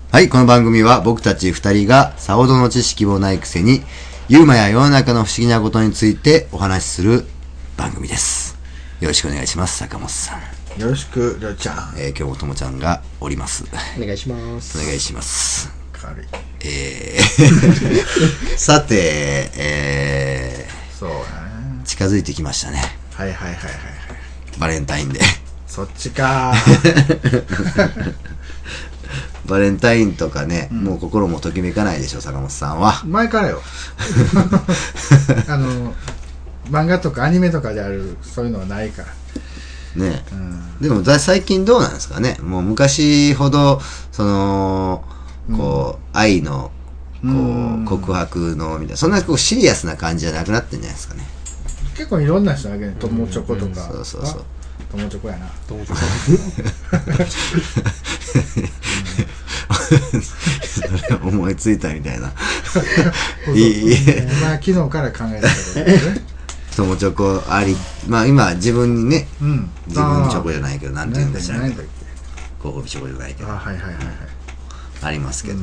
はい、この番組は僕たち二人がさほどの知識もないくせにユーマや世の中の不思議なことについてお話しする番組です。よろしくお願いします、坂本さん。 よろしく、りょうちゃん。 今日もともちゃんがおります。 お願いします。 お願いします。 軽い。 さて、 そうね。 近づいてきましたね。 はいはいはいはい。 バレンタインデー。 そっちかバレンタインとかね、もう心もときめかないでしょ、坂本さんは。 前からよ。漫画とかアニメとかである、そういうのはないから。 ね、でも最近どうなんですかね。もう昔ほどこう愛のこう告白のみたいな、そんなこうシリアスな感じじゃなくなってんじゃないですかね。 結構いろんな人だけど、友チョコとか。 そうそうそう。 友チョコやな。 友チョコ。思いついたみたいな。 まあ昨日から考えたけどね。 友チョコあり、まあ今自分にね、自分チョコじゃないけど、なんて言うんでしょうね。ご褒美チョコじゃないけど。 はいはいはいはい。 ありますけど。ね。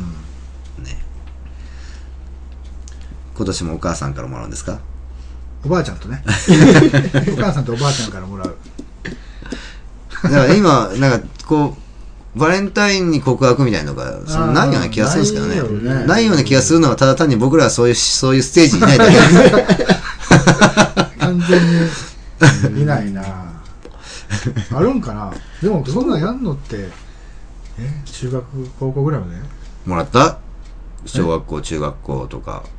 今年もお母さんからもらうんですか？ おばあちゃんとね。お母さんとおばあちゃんからもらう。 だから今、なんかこう、バレンタインに告白みたいなのがないような気がするんですけどね。ないような気がするのは、ただ単に僕らはそういうステージにいないだけです。 完全にいないな。あるんかな。でもそんなんやんのって中学高校ぐらいまでもらった？小学校中学校とか。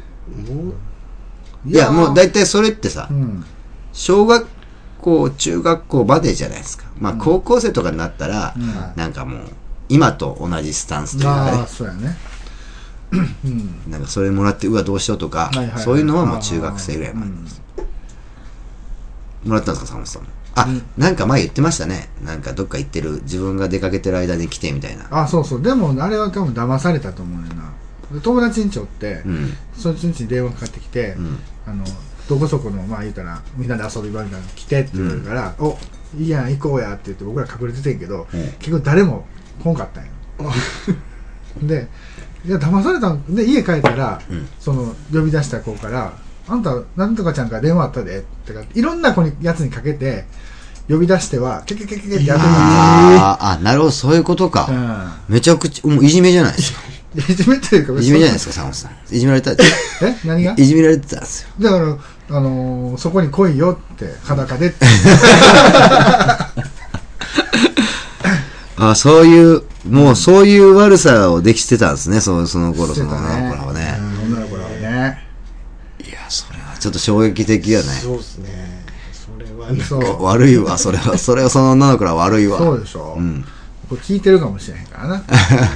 いやもう大体それってさ、小学校中学校までじゃないですか。まあ高校生とかになったら、なんかもう今と同じスタンスというかね。 そうやね。 なんかそれもらってうわどうしようとか、そういうのはもう中学生ぐらいまでです。もらったんですか、坂本さん。なんか前言ってましたね。なんかどっか行ってる、自分が出かけてる間に来てみたいな。 そうそう。でもあれは多分騙されたと思うねんな。友達んちおって、そいつんちに電話かかってきて、どこそこのまあ言うたらみんなで遊び場みたいなの来てって言うから、おいいやん行こうやって言って僕ら隠れててんけど、結局誰も来んかったんよ。でいや騙されたんで家帰ったら、その呼び出した子から「あんたなんとかちゃんから電話あったで」ってかいろんなやつにかけて呼び出してはケケケケケってやってるんですよ。なるほど、そういうことか。めちゃくちゃもういじめじゃないですか。 いじめっていうかいじめじゃないですか、坂本さん。いじめられた。 何が？ いじめられてたんですよ。 だからそこに来いよって裸でって。 そういうもうそういう悪さをできてたんですね。その頃その女の子らはね。 女の子らはね。 いやそれはちょっと衝撃的やね。 そうですね。それは悪いわ。それはその女の子らは悪いわ。 そうでしょ。これ聞いてるかもしれへんからな。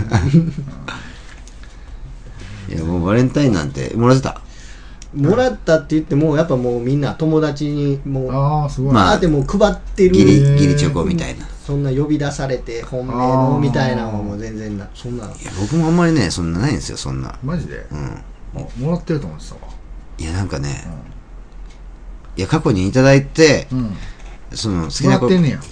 いやもうバレンタインなんてもらってた。 もらったって言ってもやっぱもうみんな友達にもうすごい。 でも配ってるギリチョコみたいな。 そんな呼び出されて本命のみたいなのはもう全然そんな。いや僕もあんまりねそんなないんですよそんな。 マジで？もらってると思ってたわ。 いやなんかね、いや過去にいただいて、その好きな子もらってんねや。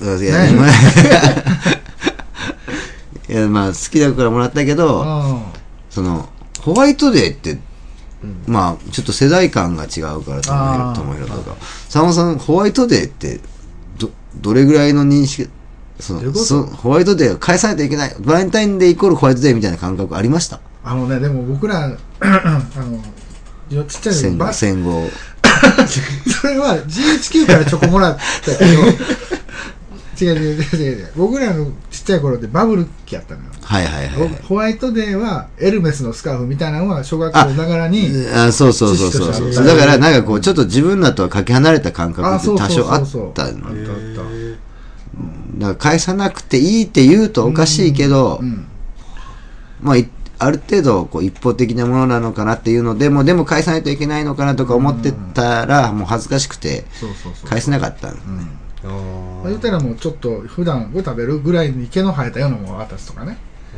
いやまあ好きだからもらったけど、そのホワイトデーってまあちょっと世代間が違うからと思うよとか、佐野さんホワイトデーってどれぐらいの認識、ホワイトデーを返さないといけない、バレンタインデーイコールホワイトデーみたいな感覚ありました？ でも僕らちっちゃい戦後それは GHQ からチョコもらったけど違う僕らのちっちゃい頃ってバブル期やったのよ。ホワイトデーはエルメスのスカーフみたいなのは小学校ながらにそうだからなんかこうちょっと自分らとはかけ離れた感覚って多少あったの。だから返さなくていいって言うとおかしいけど、まあある程度こう一方的なものなのかなっていうのでも返さないといけないのかなとか思ってたらもう恥ずかしくて返せなかったんですね。 言ったらもうちょっと普段食べるぐらいに毛の生えたようなものを渡すとかね。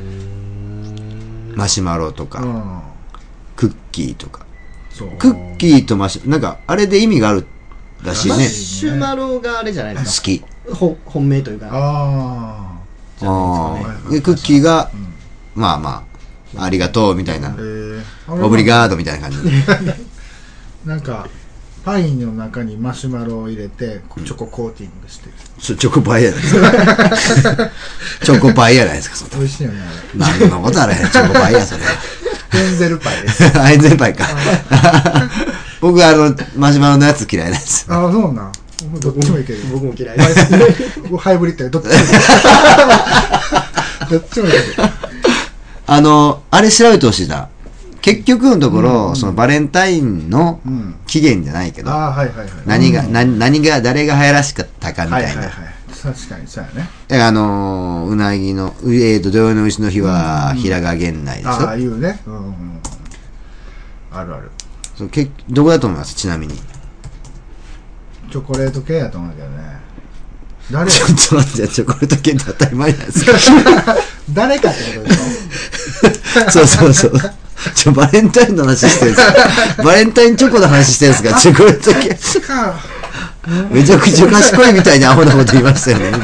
マシュマロとか、クッキーとか。クッキーとなんかあれで意味があるらしいね。 マシュマロがあれじゃないですか。 好き。 本命というか。 クッキーがまあまあありがとうみたいな、オブリガードみたいな感じなんかパインの中にマシュマロを入れてチョココーティングして、 チョコパイやないですかチョコパイやないですか。それ美味しいよねあれ。 何のことあれへん、チョコパイやそれヘンゼルパイですヘンゼルパイか僕マシュマロのやつ嫌いなんですよ。 ああ、そうなん。どっちもいける。 僕も嫌いです。 ハイブリッドでどっちもいける。どっちもいける。 あれ調べてほしいな。結局のところ、そのバレンタインの起源じゃないけど、何が誰が流行らしかったかみたいな。 確かにそうやね。 うなぎの土曜の牛の日は平賀源内でしょ。 ああいうね。あるある。 どこだと思います？ちなみにチョコレート系やと思うけどね。誰？ ちょっと待って、チョコレート系って当たり前なんですか誰かってことでしょそうバレンタインの話してるんですかバレンタインチョコの話してるんですかチョコレート系めちゃくちゃ賢いみたいにアホなこと言いましたよね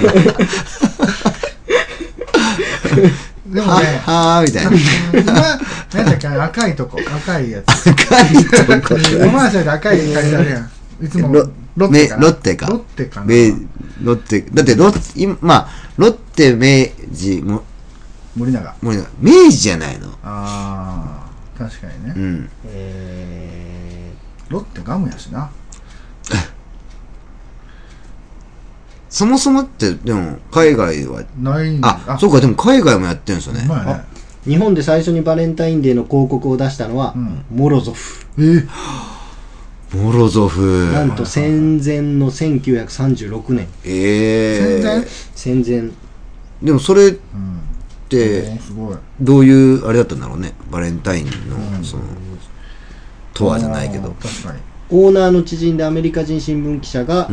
でもね、 はみたいななんだっけ、赤いとこ、赤いやつ赤いとこおまわしで赤い書いてあるやん。いつもロッテかな。ロッテかな。 ロッテだってロッテ明治も森永明治じゃないの。 ああ、確かにね。ロッテガムやしな。 そもそもってでも海外はないんだ。そうか、でも海外もやってるんですよね。 日本で最初にバレンタインデーの広告を出したのは、モロゾフ。 モロゾフ。 なんと戦前の1936年。戦前。 でもそれってどういうあれだったんだろうね。バレンタインのそのとはじゃないけど。 確かに。 オーナーの知人でアメリカ人新聞記者が、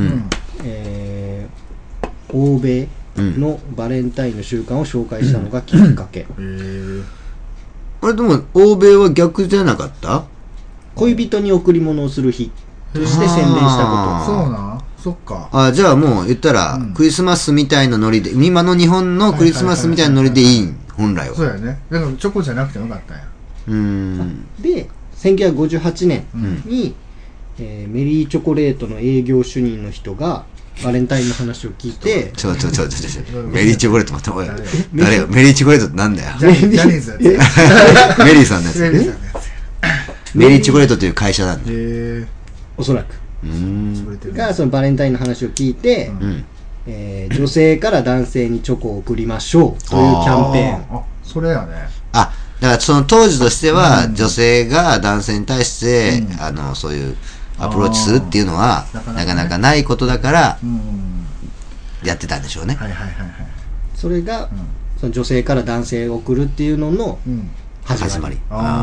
欧米のバレンタインの習慣を紹介したのがきっかけ。 あれでも欧米は逆じゃなかった？ 恋人に贈り物をする日として宣伝したこと。 そうな、そっか。 じゃあもう言ったら、クリスマスみたいなノリで、今の日本のクリスマスみたいなノリでいい、本来は。 そうやね。だからチョコじゃなくてよかったんや。 で、1958年に、メリーチョコレートの営業主任の人がバレンタインの話を聞いて、 ちょメリーチョコレート待って、おい、誰よ、メリーチョコレートってなんだよ。 ジャニーズやつ。 メリーさんのやつ。メリーチョコレートという会社なんで。 おそらく。がそのバレンタインの話を聞いて、女性から男性にチョコを送りましょうというキャンペーン。 それやね。 だからその当時としては、女性が男性に対して、そういうアプローチするっていうのはなかなかないことだからやってたんでしょうね。 それがその女性から男性を送るっていうのの始まり。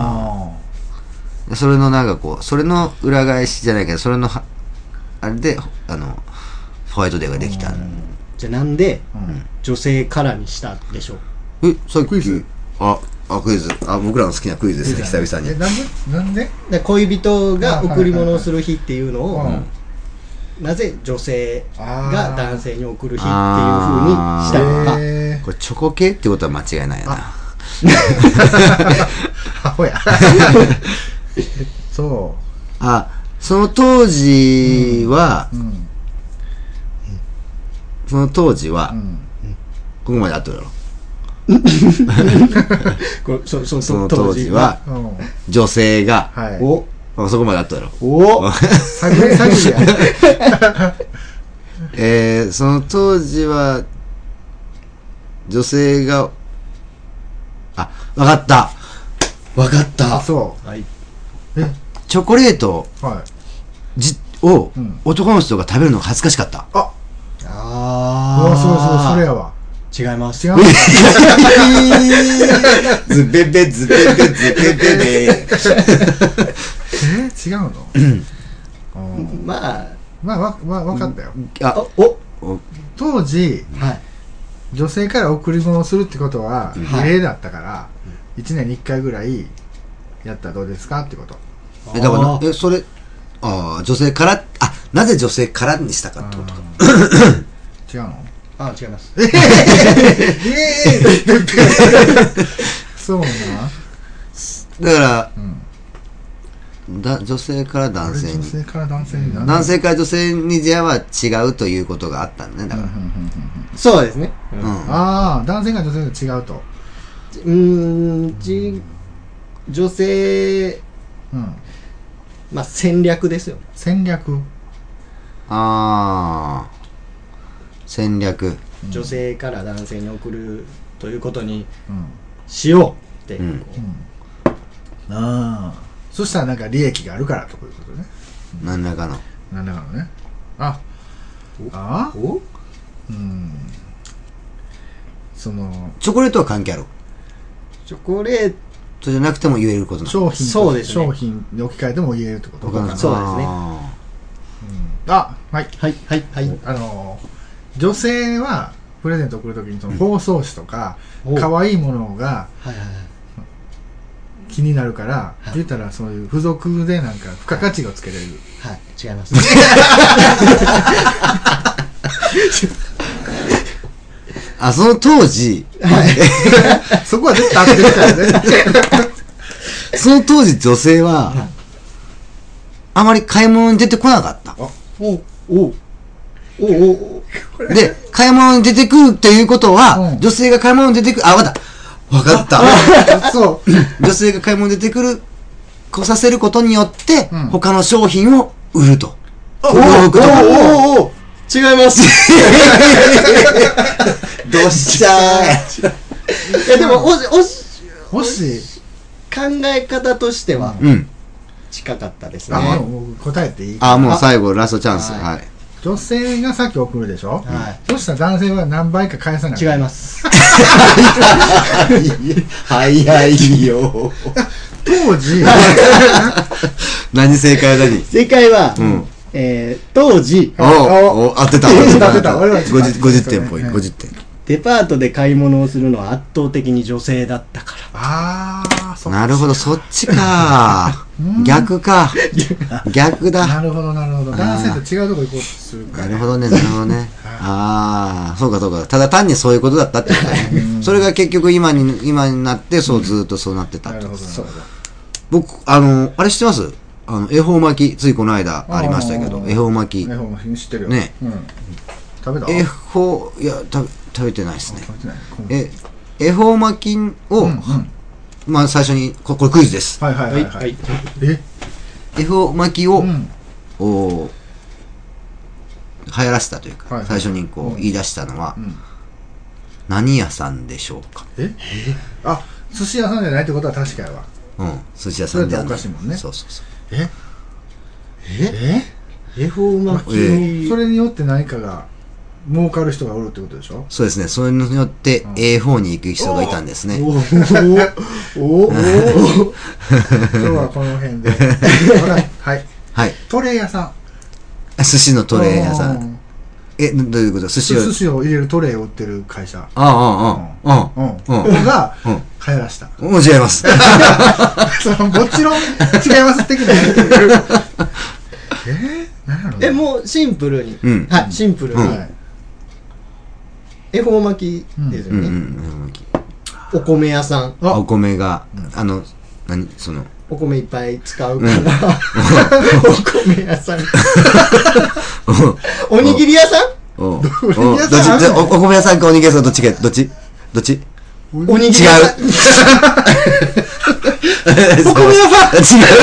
それのなんかこう、それの裏返しじゃないけど、それのあれでホワイトデーができた。 じゃあなんで女性からにしたでしょう？ さっきクイズ。クイズ。僕らの好きなクイズですね、久々に。 なんで恋人が贈り物をする日っていうのを、なぜ女性が男性に贈る日っていう風にしたのか。 これチョコ系ってことは間違いないな。 アホや。そう。 その当時は、ここまで合ってるだろ。その当時は女性が、そこまであっただろ。その当時は女性がわかった。 そう。 チョコレートを男の人が食べるのが恥ずかしかった。 そうそれやわ。 違います。 ズベベズベベズベベベ。 違うの？ まあ分かったよ。当時、女性から贈り物をするってことは異例だったから、1年に1回ぐらいやったらどうですかってこと。 だからそれ女性からなぜ女性からにしたかってことか。 違うの？ 違います。 そうな。 だから、女性から男性に。 女性から男性に。 男性から女性にじゃは違うということがあったんだね、だから。 そうですね。 ああ、男性から女性が違うと。 女性、まあ戦略ですよ。 戦略。 ああ、戦略。 女性から男性に送るということにしようって。 ああ。そしたらなんか利益があるからということね。 何らかの。 何らかのね。そのチョコレートは関係ある。 チョコレートじゃなくても言えることなの。 そうですね。商品に置き換えても言えるってこと。 そうですね。 はい。女性はプレゼント送るときにその包装紙とか可愛いものが気になるから、言ったらそういう付属でなんか付加価値をつけれる。 はい、違います。 その当時、 そこは絶対合ってるからね。 その当時女性は、あまり買い物に出てこなかった。で、買い物に出てくるっていうことは、女性が買い物に出てくる、わかった。そう。女性が買い物に出てくる、来させることによって、他の商品を売ると。 違います。 どっしゃー。 いやでももし考え方としては近かったですね。 答えていい？ もう最後ラストチャンス。はい。 女性がさっき送るでしょ。そしたら男性は何倍か返さない。 違います。 早いよ。 当時何正解だに？ 正解は。当時当てた 50 点ポイント。50点。 デパートで買い物をするのは圧倒的に女性だったから。 なるほど、そっちか。逆か。逆だ。 なるほど。男性と違うとこ行こうとするから。 なるほどね。そうか。ただ単にそういうことだったってことね。それが結局今になってずっとそうなってたって。僕あれ知ってます？恵方巻き、ついこの間ありましたけど、恵方巻き。 恵方巻き知ってるよね。 食べた？ いや、食べてないですね。恵方巻きを、まあ最初に、これクイズです。 はい。 恵方巻きを、流行らせたというか、最初にこう言い出したのは、何屋さんでしょうか？ 寿司屋さんじゃないってことは確かやわ。 寿司屋さんじゃない。 おかしいもんね。 そう。 恵方巻きそれによって何かが儲かる人がおるってことでしょ？ そうですね。それによって方に行く人がいたんですね。 今日はこの辺で。はい。トレー屋さん。 寿司のトレー屋さん。どういうこと？寿司を入れるトレーを売ってる会社。 が流行らした。 もう違います。 もちろん違います的な。 もうシンプルに。シンプルに。恵方巻きですよね。お米屋さん。 お米が、 お米いっぱい使うから、お米屋さん。おにぎり屋さん？ お米屋さんかおにぎり屋さんどっち？ おにぎり屋さん。 お米屋さ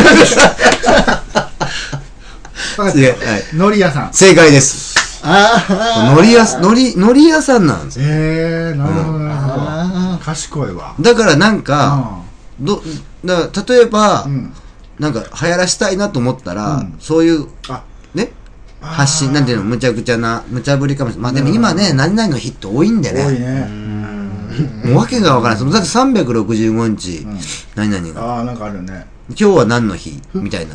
ん。 違う。 海苔屋さん。 正解です。海苔屋さんなんですよ。 なるほど。賢いわ。 だからなんか、例えば、なんか流行らしたいなと思ったら、そういう、ね、発信、なんていうの、無茶ぶりかもしれない。まあでも今ね、何々の日って多いんでね。 多いね。 もう訳がわからない。だって365日、何々が。 なんかあるよね。 今日は何の日みたいな。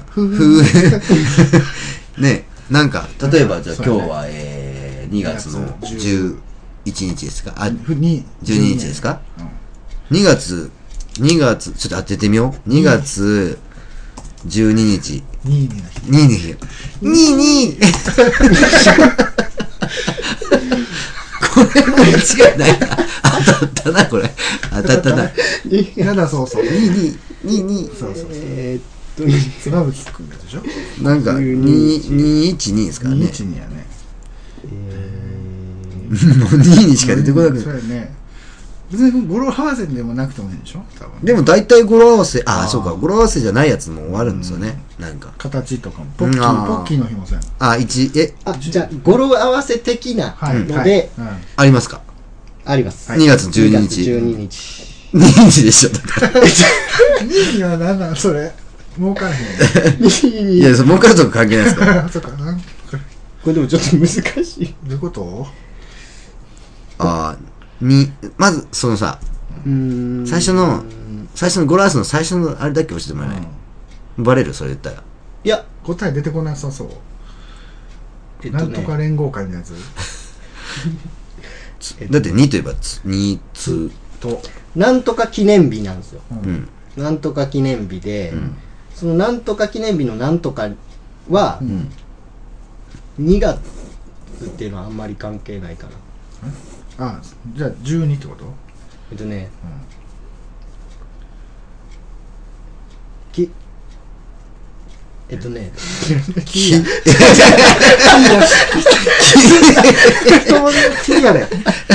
ね、なんか、例えばじゃあ今日は2月の11日ですか？12日ですか？2月、ちょっと当ててみよう。2月12日。 22 の日。22こ違いないな。当たったな、これ。当たったな。 やだ、そうそう。 22。 そうそう。妻夫木くんでしょ。 なんか、212ですからね。 212やね。 もう2にしか出てこなくて。 そうやね。別に語呂合わせでもなくてもいいんでしょ多分。 でも大体語呂合わせ、そうか、語呂合わせじゃないやつも終わるんですよね。なんか。 形とかも。ポッキーの日もそうやん。 じゃあ、語呂合わせ的なので、 ありますか？ あります。 2月12日。 2月12日。 2日でしょ。 2が何なんそれ。儲からへん。 いや、儲かるとか関係ないですから。 そうか、 これでもちょっと難しい。 どういうこと？ まず、そのさ、最初の語呂合わせの最初のあれだけ教えてもらえない？バレる？それ言ったら。 いや、答え出てこなさそう。なんとか連合会のやつ。 だって2といえば2つとなんとか記念日なんですよ。なんとか記念日で、そのなんとか記念日のなんとかは、2月っていうのはあんまり関係ないかな。 じゃあ12ってこと？ キやで。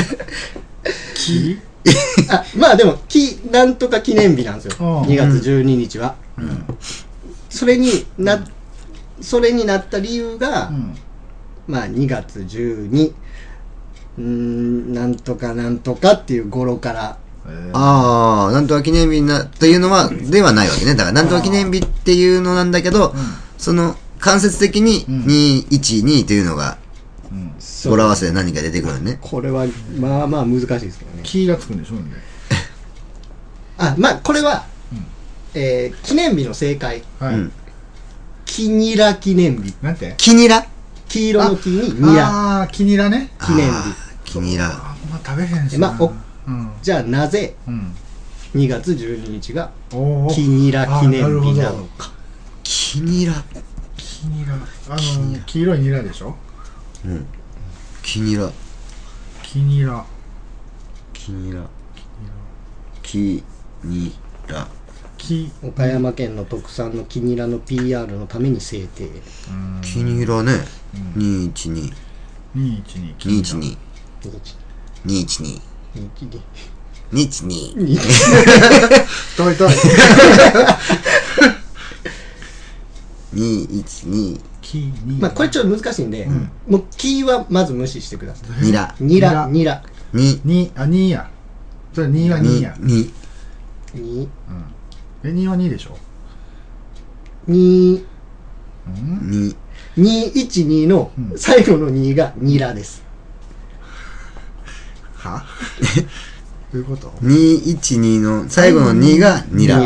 まあでもなんとか記念日なんですよ。2月12日は。それになった理由が、まあ2月12なんとかなんとかっていう語呂から。 なんとか記念日というのはではないわけね。だからなんとか記念日っていうのなんだけど、その間接的に212というのが語呂合わせで何か出てくるよね。 これはまあまあ難しいですけどね。 気がつくんでしょうね。 まあこれは、記念日の正解。キニラ記念日。 なんて？ キニラ？ 黄色の木にニラ。 キニラね。 記念日。 キニラ。 あんま食べへんしな。 じゃあなぜ2月12日がキニラ記念日なのか。 キニラ。 黄色いニラでしょ。 キニラ。 岡山県の特産のキニラの PR のために制定。 キニラね。212。 遠い 212。 まあこれちょっと難しいんで、もうキーはまず無視してください。 ニラ。 2 や。それ2は2や。 2 は2でしょ。 212の最後の2がニラです。 は？どういうこと？ 212 の最後の2がニラ。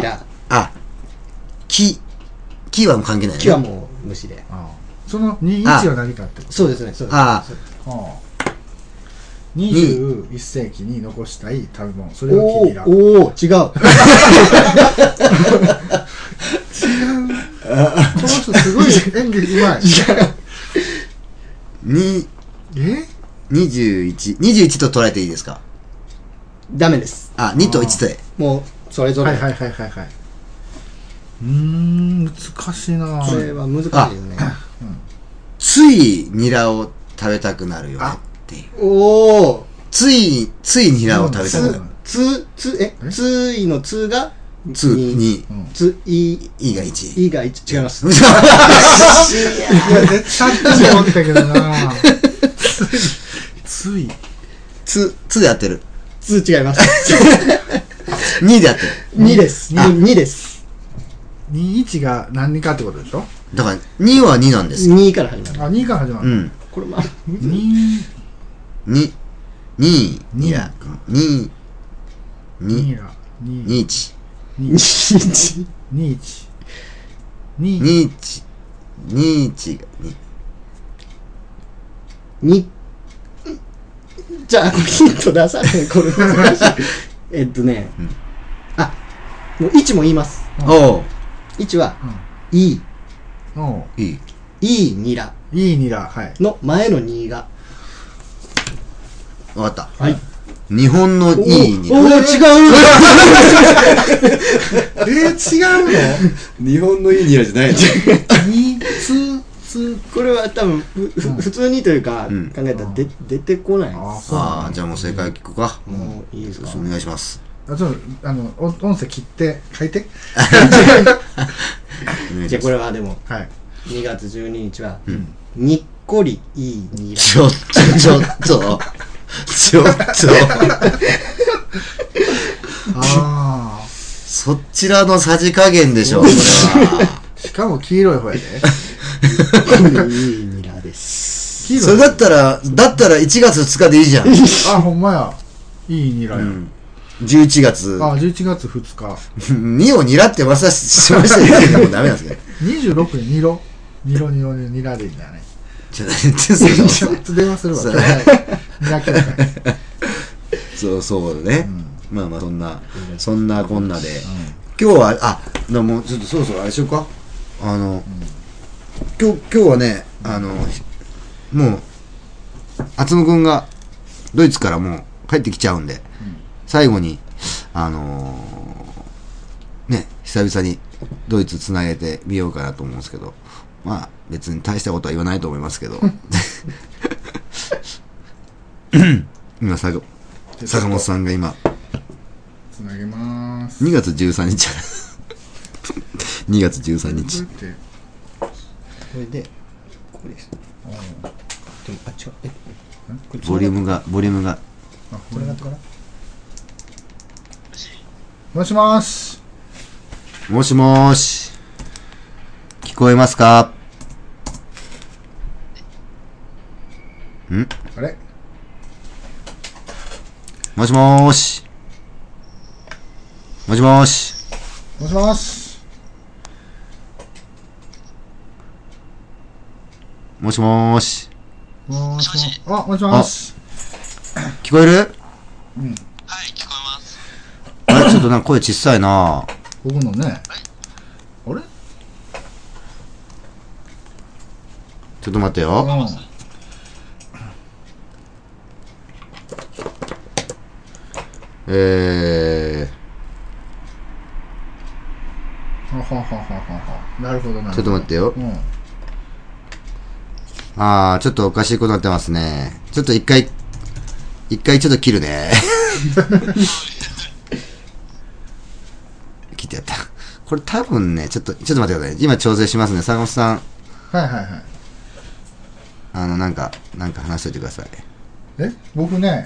キはもう関係ないね。 キはもう無視で。 その21は何かってこと？ そうですね。 21世紀に残したい食べ物、それがキニラ。 違う。 この人すごい演技うまい。 21と捉えていいですか？ ダメです。 2と1でもうそれぞれ。 難しいな。 これは難しいですね。 ついニラを食べたくなるよねっていう。ついニラを食べたくなる。 ついのつが 2。いが1。 いが1。違います。 いや、絶対だと思ったけどな。つで合ってる。 違います。 2で合ってる。 2です。2です。 21が何かってことでしょ？ だから2は2なんですよ。 2から始まる。 2から始まる。 これまあ 2ラ21 2じゃあヒント出さない。これ難しい。もう1も言います。1は、いいニラの前の2がわかった。 はい。 日本のいいニラ。 違う違うの日本のいいニラじゃないのこれは多分普通にというか考えたら出てこない。 ああ、じゃあもう正解を聞くか。 もういいですか。 お願いします。 音声切って書いて。 じゃあこれはでも2月12日はにっこりいいニラ。 ちょっとそちらのさじ加減でしょこれは。 しかも黄色い方やで。 いいニラです。 それだったら1月2日でいいじゃん。 あ、ほんまや。いいニラや。 11月。 あ、11月2日。 2をニラってまさしましたけどもうダメなんですね。 26にニラでいいんだよね。 ちょっと何言ってんすか。 ちょっと電話するわ。ニラ協会。 そうね。まあそんなこんなで。今日はもうちょっとそろそろあれしようか。今日はねもう厚野くんがドイツからもう帰ってきちゃうんで、最後にね久々にドイツつなげてみようかなと思うんですけど、まあ別に大したことは言わないと思いますけど今坂本さんが今つなげまーす。 2月13日2月13日これでこれです。でも違うボリュームがこれがったから。 もしもーし。 もしもーし、聞こえますか？ あれ？ もしもーし。もしもーし。 もしもーし。 もしもーし。 もしもし。あ、もしもし。 聞こえる？ はい、聞こえます。 あれ、ちょっとなんか声小さいな。 僕のね。あれ？ ちょっと待ってよ。 なるほどな。 ちょっと待ってよ。ちょっとおかしいことになってますね。ちょっと一回ちょっと切るね。切ってやった。これ多分ね、ちょっと待ってください。今調整しますね。坂本さん。 はいはいはい。 なんか話しといてください。 僕ね、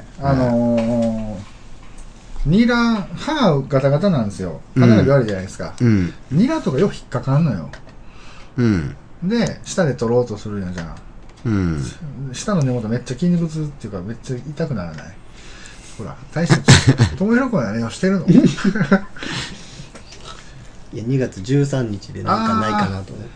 ニラ、歯ガタガタなんですよ。歯並び悪いじゃないですか。ニラとかよく引っかかんのよ。で、舌で取ろうとするんじゃん。舌の根元めっちゃ筋肉痛っていうかめっちゃ痛くならない？ほら、大した友広君は何をしてるの？いや、2月13日でなんかないかなと思って。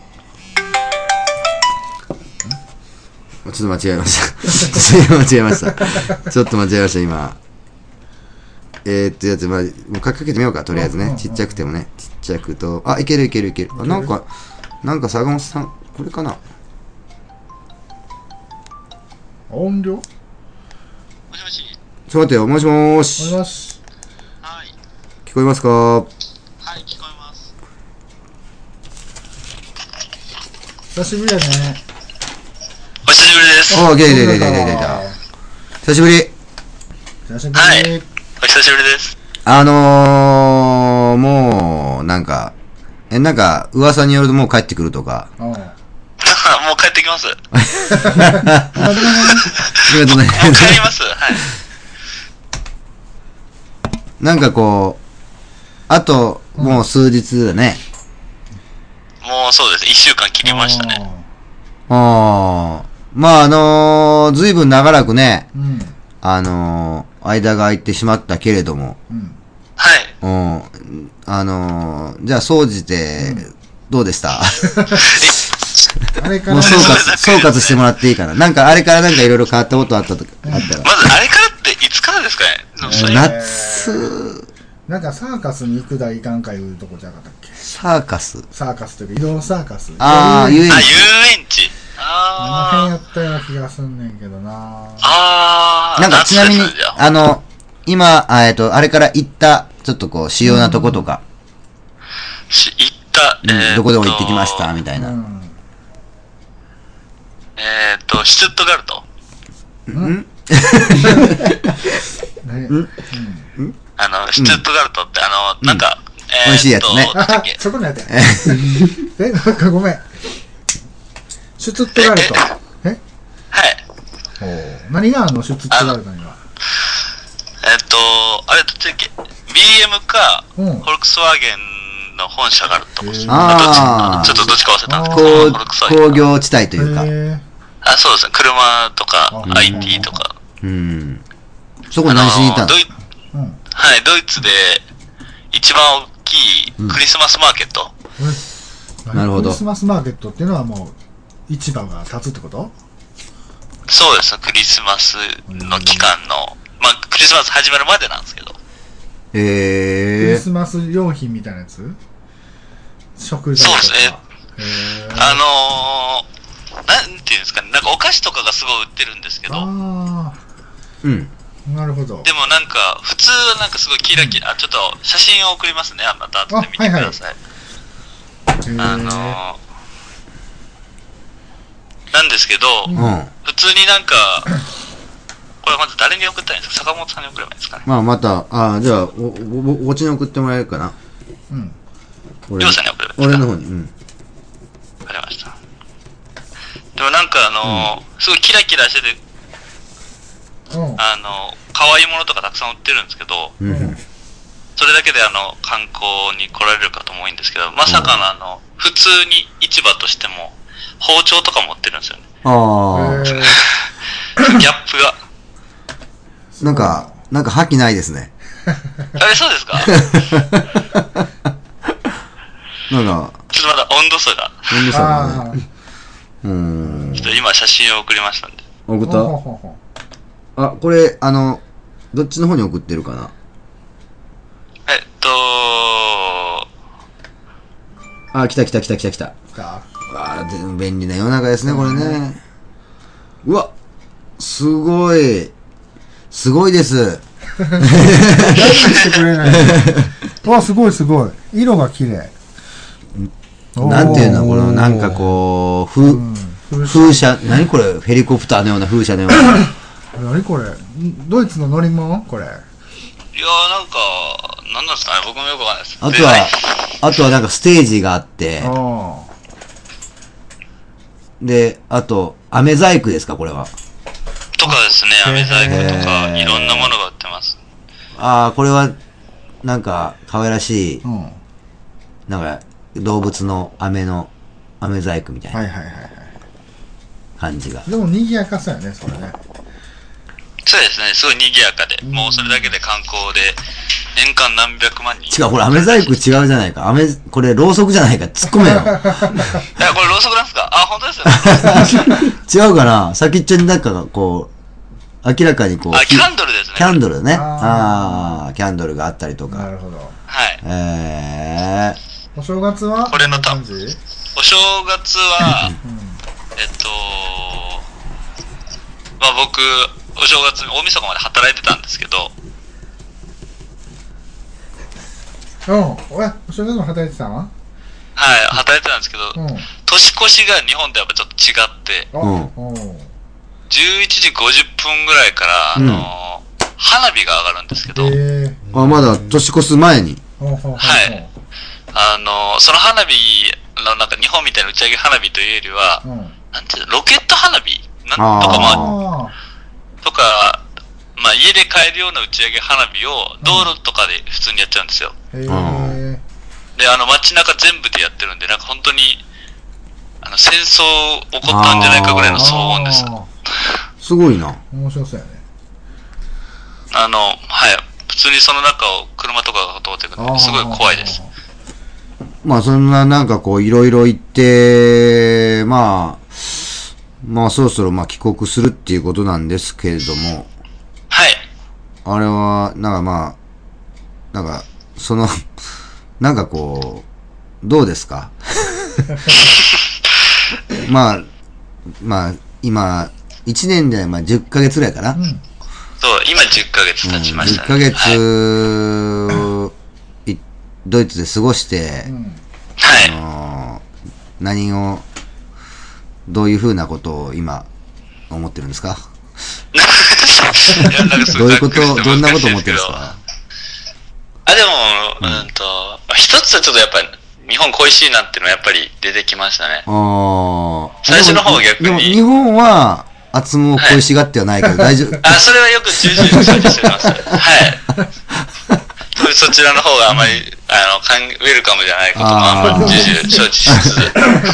ちょっと間違えました。ちょっと間違えました、今。やつ、もうかけてみようか、とりあえずね。ちっちゃくてもね。ちっちゃくと、いける。なんか坂本さん、これかな。 音量？ もしもし。 ちょっと待ってよ、もしもーし。 もしもし。 はい。 聞こえますか？ はい、聞こえます。 久しぶりやね。 お久しぶりです。 出た。久しぶり。 はい。お久しぶりです。 もう、なんか噂によるともう帰ってくるとか。 もう帰ってきます。もう帰ります。はい。 なんかこう、あと、もう数日だね。 もうそうです。1週間切りましたね。 まあずいぶん長らくね、間が空いてしまったけれども、 はい。 じゃあ総じて、どうでした？ あれからもう総括してもらっていいかな。なんかあれからなんかいろいろ変わったことあったら。 まずあれからっていつからですかね？ 夏。 なんかサーカスに行くだいかんかいうとこじゃなかったっけ？ サーカスというか移動サーカス。 遊園地。 あの辺やったような気がすんねんけどな。 なんかちなみに、今、あれから行った、ちょっとこう、主要なとことか。 行った、 どこでも行ってきました、みたいな。 シュツットガルト。シュツットガルトって、なんか、 美味しいやつね。 そこのやつや。なんかごめん。シュツットガルト。 はい。 何がシュツットガルトには。 あれどっちだっけ ?BM か、フォルクスワーゲンの本社があると思う。ちょっとどっちか忘れたんですけど、 工業地帯というか。 そうですね。車とか、IT とか。 そこ何しに行ったの？ はい、ドイツで一番大きいクリスマスマーケット。 なるほど。 クリスマスマーケットっていうのはもう市場が立つってこと？ そうです。クリスマスの期間の、まあクリスマス始まるまでなんですけど。 クリスマス用品みたいなやつ？食材とか。 そうですね。なんていうんですかね、なんかお菓子とかがすごい売ってるんですけど。 なるほど。 でもなんか、普通はなんかすごいキラキラ、ちょっと写真を送りますね、また後で見てください。なんですけど、普通になんか、これまず誰に送ったらいいんですか？坂本さんに送ればいいんですかね。 また、じゃあ、お家に送ってもらえるかな。 りょうさんに送ればいいですか？ 俺の方に。 わかりました。でもなんかすごいキラキラしてて、可愛いものとかたくさん売ってるんですけど、それだけで観光に来られる方も多いんですけど、まさかの普通に市場としても包丁とかも売ってるんですよね。ギャップがなんか覇気ないですね。 そうですか？ なんかちょっとまだ温度差がね。 ちょっと今写真を送りましたんで。 送った？これどっちの方に送ってるかな。来た。便利な世の中ですね、これね。うわ、すごいです。 してくれない。わ、すごい。色が綺麗。 なんていうの、このなんかこう、風車、何これ、ヘリコプターのような風車のような。 何これ、ドイツの乗り物これ。 いやなんか、なんなんですかね、僕もよくわかんないです。 あとはなんかステージがあって、で、あと、飴細工ですか、これは。 とかですね、飴細工とか、いろんなものが売ってます。 これは、なんか、可愛らしい、なんか、動物の飴細工みたいな感じが。 でも賑やかさやね、それね。 そうですね、すごい賑やかで、もうそれだけで観光で年間何百万人。 違う、これ飴細工違うじゃないか。これろうそくじゃないか。突っ込めよ。 これろうそくなんすか？本当ですよ。違うかな。先っちょになんかこう、明らかにこう。 キャンドルですね。 キャンドルね。キャンドルがあったりとか。 なるほど。 はい。 お正月はこれの感じ？お正月は、僕、お正月、大晦日まで働いてたんですけど。 お正月も働いてたの？ はい、働いてたんですけど、年越しが日本とやっぱちょっと違って、11時50分ぐらいから、花火が上がるんですけど。 まだ年越す前に。 はい。その花火のなんか日本みたいな打ち上げ花火というよりは、なんていうの、ロケット花火とか、家で買えるような打ち上げ花火を道路とかで普通にやっちゃうんですよ。で、街中全部でやってるんで、なんか本当に、戦争起こったんじゃないかぐらいの騒音です。 すごいな。 面白そうやね。 はい。普通にその中を車とかが通ってくるんで、すごい怖いです。 そんななんかこういろいろ言って、そろそろ帰国するっていうことなんですけれども。 はい。 あれは、なんか、なんかこう、どうですか？ まあ、今、1年で、まあ、10ヶ月ぐらいかな。 そう、今10ヶ月経ちましたね。10ヶ月、ドイツで過ごして、何を、どういうふうなことを今、思ってるんですか？どういうこと、どんなこと思ってるんですか？ でも、一つはちょっとやっぱり、日本恋しいなっていうのはやっぱり出てきましたね。最初の方は逆に。 でも日本は、厚も恋しがってはないけど大丈夫。 それはよく重々承知してます。はい。そちらの方があまり、ウェルカムじゃないこともあんまり重々承知しつつ。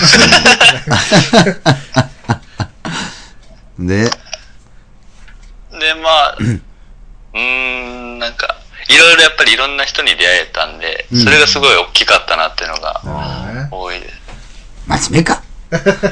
で、 まあ、なんか、いろいろやっぱりいろんな人に出会えたんで、それがすごい大きかったなっていうのが多いです。 真面目かそう、真面目に、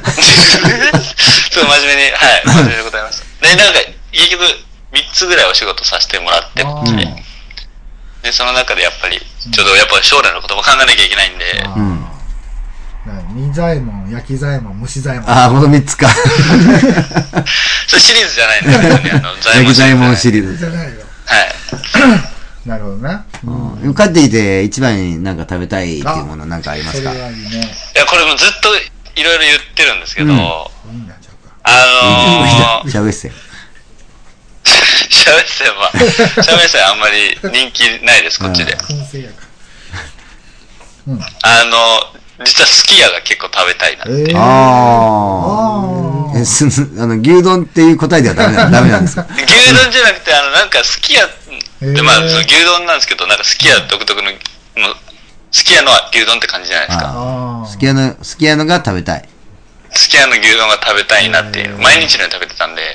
はい、真面目でございます。で、なんか、結局、3つぐらいお仕事させてもらって、こっちで。で、その中でやっぱり、ちょっとやっぱ将来のことも考えなきゃいけないんで。 煮左衛門、焼き左衛門、蒸し左衛門。 この3つか。 それシリーズじゃないんですよね、 焼き左衛門シリーズ。 じゃないよ。 はい。 なるほどな。 帰ってきて一番になんか食べたいっていうものなんかありますか？ それはいいね。 いや、これもずっといろいろ言ってるんですけど、 シャウエッセン。 シャウエッセンはあんまり人気ないです、こっちで。実はすき家が結構食べたいなっていう。 牛丼っていう答えではダメなんですか？ 牛丼じゃなくて、なんかすき家って、まあ、牛丼なんですけど、なんかすき家独特の、すき家の牛丼って感じじゃないですか。 すき家のが食べたい。 すき家の牛丼が食べたいなっていう。毎日のように食べてたんで。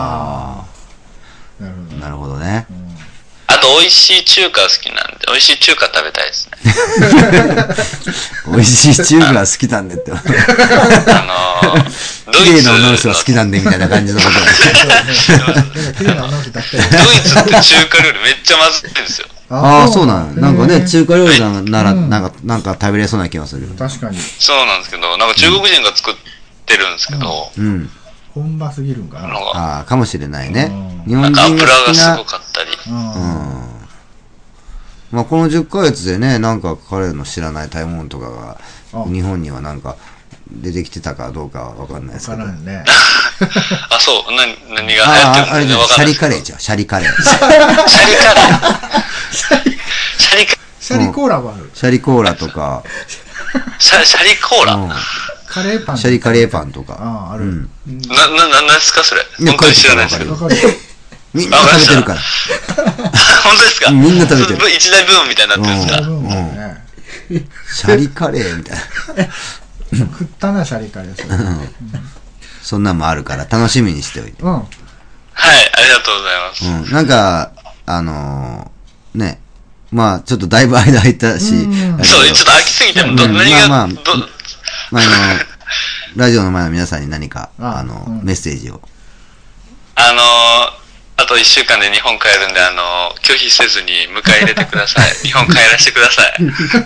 なるほどね。 あと、美味しい中華が好きなんで、美味しい中華食べたいですね。 美味しい中華が好きなんでって。ドイツの女の人が好きなんでみたいな感じのこと綺麗な女の人だって。 ドイツって中華料理めっちゃまずいんですよ。 そうなの。なんかね、中華料理なら、なんか食べれそうな気がする。 確かに。 そうなんですけど、なんか中国人が作ってるんですけど、 本場すぎるんかな。かもしれないね。 日本人が好きな。油がすごかったり。 まあこの10ヶ月でね、なんか彼の知らない食べ物とかが日本にはなんか出てきてたかどうかは分かんないですけど。 分からんね。 そう、何が流行ってるんですか？ あれじゃシャリカレーじゃん、シャリカレー。 シャリカレーシャリコーラはある。 シャリコーラとか。 シャリコーラカレーパン。 シャリカレーパンとか。 ある。 何ですかそれ？本当に知らないですけど。 みんな食べてるから。 本当ですか？ みんな食べてる。 一大ブームみたいになってるんですか？シャリカレーみたいな。 食ったな、シャリカレー。 そんなんもあるから楽しみにしておいて。 はい、ありがとうございます。 なんか、ね、まあちょっとだいぶ間空いたし。 そう、ちょっと飽きすぎても、 ラジオの前の皆さんに何か、メッセージを。 あと1週間で日本帰るんで、拒否せずに迎え入れてください。日本帰らせてください。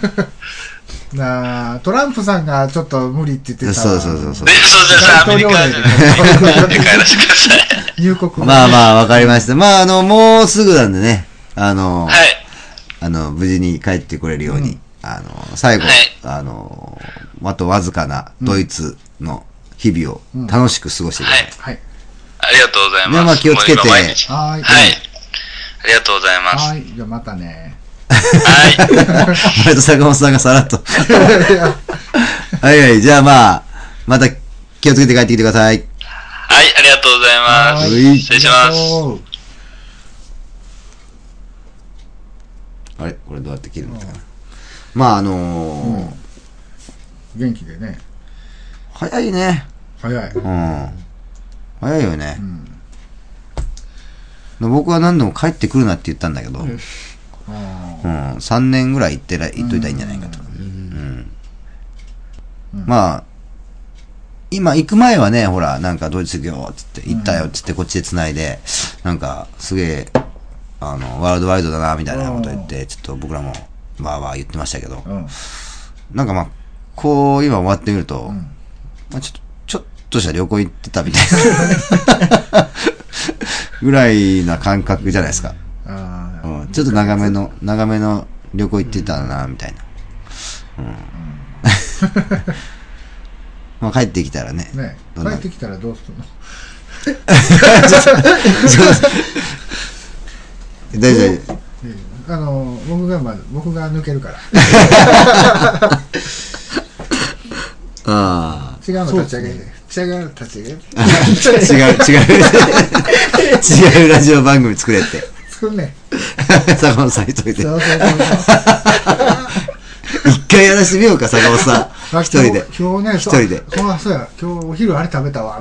トランプさんがちょっと無理って言ってた。 そう。 そうじゃアメリカじゃない。帰らせてください。 入国。 まあ、わかりました。まあ、もうすぐなんでね、 はい。 無事に帰ってこれるように、最後、あとわずかなドイツの日々を楽しく過ごしてください。 はい。 ありがとうございます。 まあ気をつけて。 はい。 ありがとうございます。 はい。じゃあまたね。 はい。 割と坂本さんがさらっと。はい。じゃあまた気をつけて帰ってきてください。 はい、ありがとうございます。失礼します。 あれこれどうやって切るんですかね。まあ元気でね。 早いね。 早い。 早いよね。僕は何度も帰ってくるなって言ったんだけど、3年ぐらい行っといたらいいんじゃないかと。まあ、今行く前はね、ほら、なんかドイツ行くよ、つって、行ったよ、つってこっちで繋いで、なんか、すげえ、ワールドワイドだな、みたいなこと言って、ちょっと僕らも、わーわー言ってましたけど、なんかこう、今終わってみると、ちょっとした旅行行ってたみたいなぐらいな感覚じゃないですか。ちょっと長めの旅行行ってたなみたいな。まあ帰ってきたらね。 帰ってきたらどうするの？ 大丈夫。 僕が抜けるから。 ああ。 違うの立ち上げて。違うラジオ番組作れって。 作んね。 坂本さん一人で。一回やらしてみようか、坂本さん。一人で。 今日ね、 一人で。 そうや、今日お昼あれ食べたわ。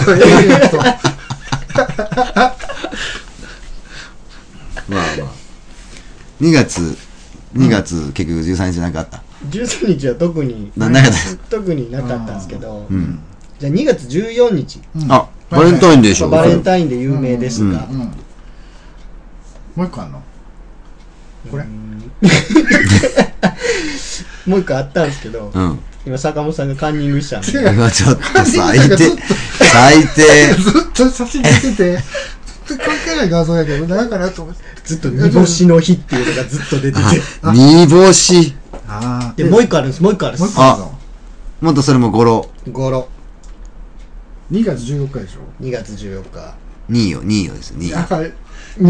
まあ2月結局13日なんかあった？ 13日は特になかったんですけど、じゃあ2月14日、 あ、バレンタインでしょ。 バレンタインで有名ですが、 もう一個あんの？これもう一個あったんですけど、今坂本さんがカンニングしたんで、 今ちょっと最低ずっと写真出てて関係ない画像やけどだからと思って、 ずっと煮干しの日っていうのがずっと出てて、 煮干しでもう一個あるんです。 あ、もっとそれも語呂 2月14日でしょ。 2月14日 2よです2よ。 違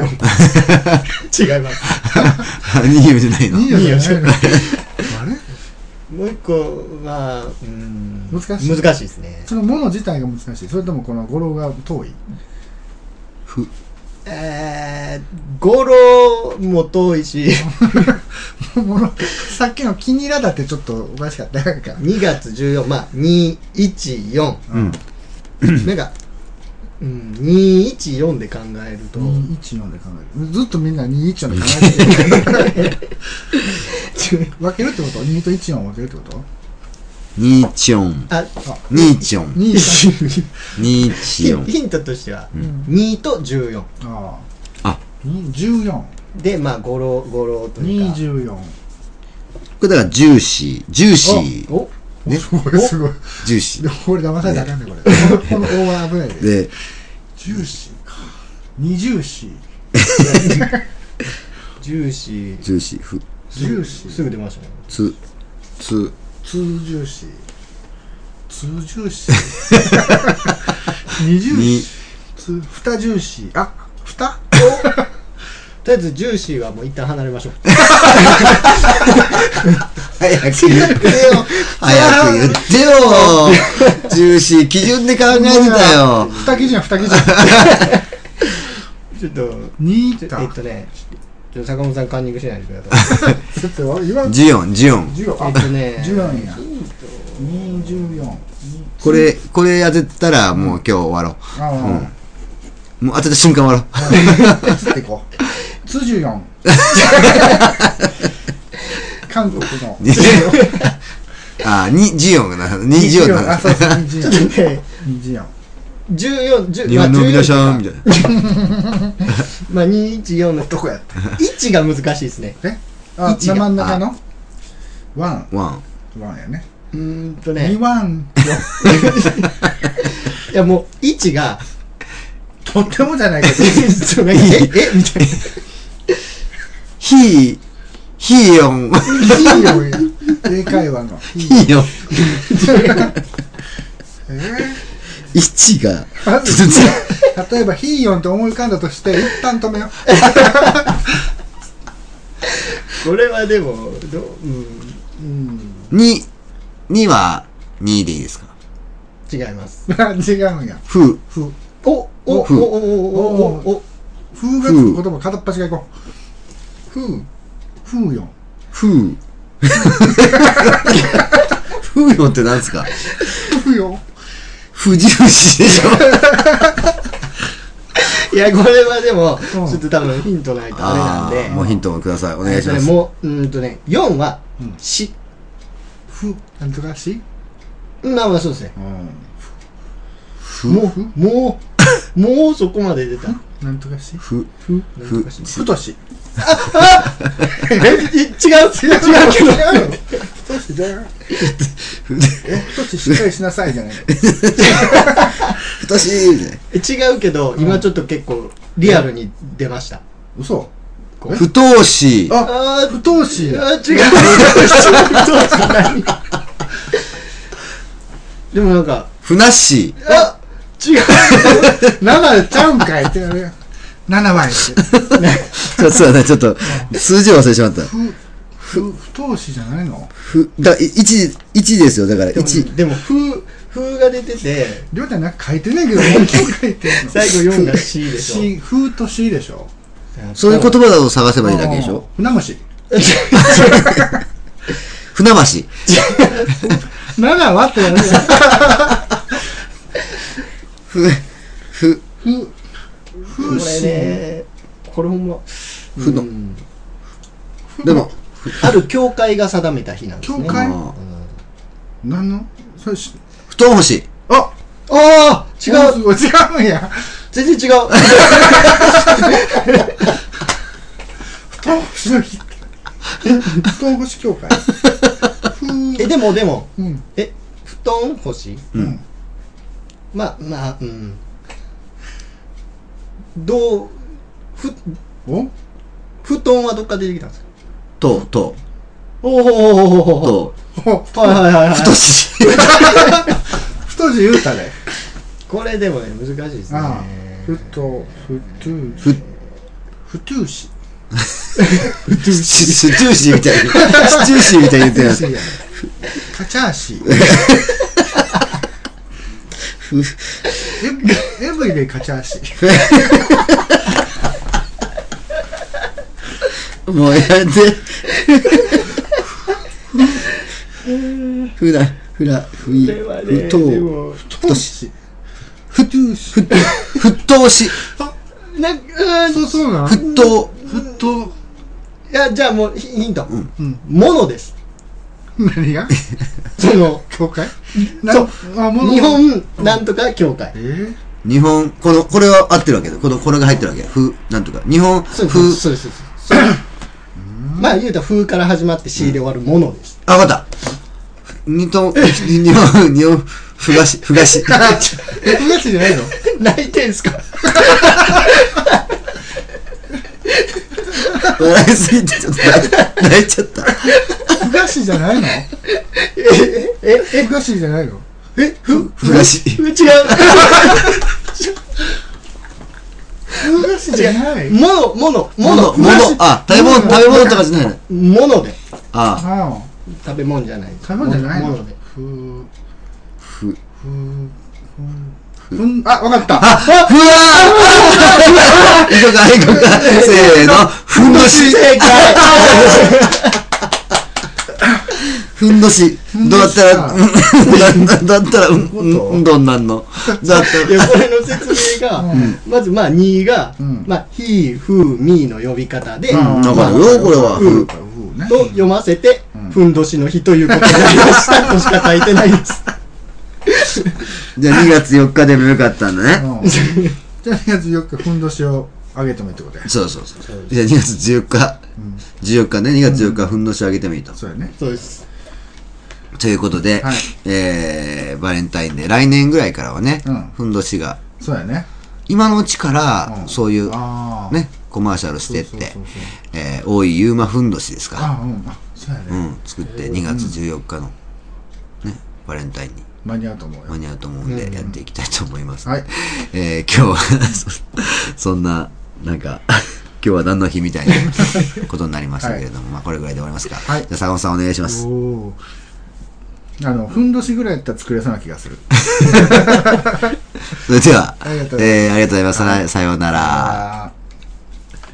います。 2よじゃないの。 2よじゃないの。あれもう一個は難しいですね。 そのもの自体が難しい、それともこの語呂が遠い？ 語呂も遠いしさっきのキニラだってちょっとおかしかったやんか。 2月14、まあ214、なんか214で考えると 214で考える。ずっとみんな214で考えてる分けるってこと？2と14を分けるってこと？ ニーチョン。 ヒントとしては2と14。 14 で、まあ語呂というかこ 24。 れだからジューシーおね、 すごいジューシー。 これ騙されたらあかんねこれ。この大は危ないで。ジューシーか。2ジューシー。 ジューシーすぐ出ましたね。 ツージューシー。2ジューシー。2ジューシー。あ、2？ とりあえずジューシーはもう一旦離れましょう。 早く言ってよジューシー基準で考えてたよ。 2基準ちょっと 2か。 坂本さんカンニングしないでください。 ジオン 14や。 214。これ当てたらもう今日終わろう。もう当てた瞬間終わろう。つっていこう。24。韓国の。 ジオンがな。ジオンな。 あ、そうそう、ジオン。 14、 日本の皆さんみたいな。 まあ214のどこやった？ 位置が難しいですね。 真ん中のワンやね。 2 ワン。 いやもう位置がとってもじゃないけど。 みたいな。 ヒーヨンや。英会話の。 ヒーヨン。位置が。 例えばヒーヨンと思い浮かんだとして一旦止めよう。 これはでも 2は2でいいですか？ 違います。 違うんや。 風がつく言葉片っ端がいこう。風よ。 風よってなんですか？ 風よ。 不印でしょ。 いやこれはでもちょっと多分ヒントないとあれなんで、 もうヒントをください。お願いします。 もう4はし。 なんとかし？ まあそうですね。もうそこまで出た。 なんとかし？ ふとし。 違うけど。 太ししっかりしなさいじゃないの。 太し違うけど、今ちょっと結構リアルに出ました。 嘘。 不等し。 あ、不等し。 違う。でもなんかふなっしー。あ、違う。 7ちゃうんかいって7枚って。 そうだね、ちょっと数字を忘れてしまった。 不等しじゃないの？ 1ですよ、だから1。 でも風が出てて、 りょうちゃんなんか書いてないけど、もう書いてんの。 最後4が C でしょ。 風と C でしょ。 そういう言葉だと探せばいいだけでしょ。 船虫。 船橋。 7割ってやるやこれね、これほんまふの。でもある教会が定めた日なんですね。 教会？何の？ 布団干し。 ああ、違うんや。 全然違う。 布団干しの日。布団干し協会。 でも、布団干し？まあ、布団はどっから出てきたんですか？ と。 おはい。 太し言うたね。 これでもね、難しいですね。 ふとし。 シチューシーみたいに。シチューシーみたいに言ってます。 カチャーシエブリデイカチャーシもうやってふとし沸騰しそうなの。 沸騰いや、じゃあもうヒント。ものです。 何が？ その教会？ そう。日本なんとか教会。 日本これは合ってるわけだ。これが入ってるわけ。なんとか日本そうです。まあ言うたら風から始まって C で終わるものです。 あ、わかった。日本ふがし。ふがしじゃないの？ 泣いてんすか？ 笑いすぎてちょっと泣いちゃった。 ふがしじゃないの？ふがしじゃないの？ ふがし。 違う。 ふがしじゃない。 もの。 あ、食べ物とかじゃないの。 もので。 あ、 食べ物じゃない。 食べ物じゃないの？ もので。 あ、わかった。 ふわー。いこか。せーの。ふんどし。 正解。 ふんどし。どうだったらどんなんの。だったら。 いや、これの説明が、まず2が、ひ、ふ、みの呼び方で、 わかるよ、これは。 と読ませて、ふんどしの日ということになりましたとしか書いてないです。 じゃあ2月4日でもよかったんだね。 じゃあ2月4日ふんどしをあげてもいいってことや。 そう。じゃあ2月14日ね、2月4日ふんどしをあげてもいいと。 そうやね。 そうです。 ということで、バレンタインデー来年ぐらいからはね、ふんどしがそうやね。 今のうちからそういうねコマーシャルしてって大井ゆうまふんどしですか。 そうやね。 作って2月14日のねバレンタインに間に合うと思うんでやっていきたいと思います。 はい。 今日はそんななんか今日は何の日みたいなことになりましたけれども、まあこれぐらいで終わりますか。じゃあ坂本さんお願いします。 ふんどしぐらいやったら作れそうな気がする。 それではありがとうございます。さようなら。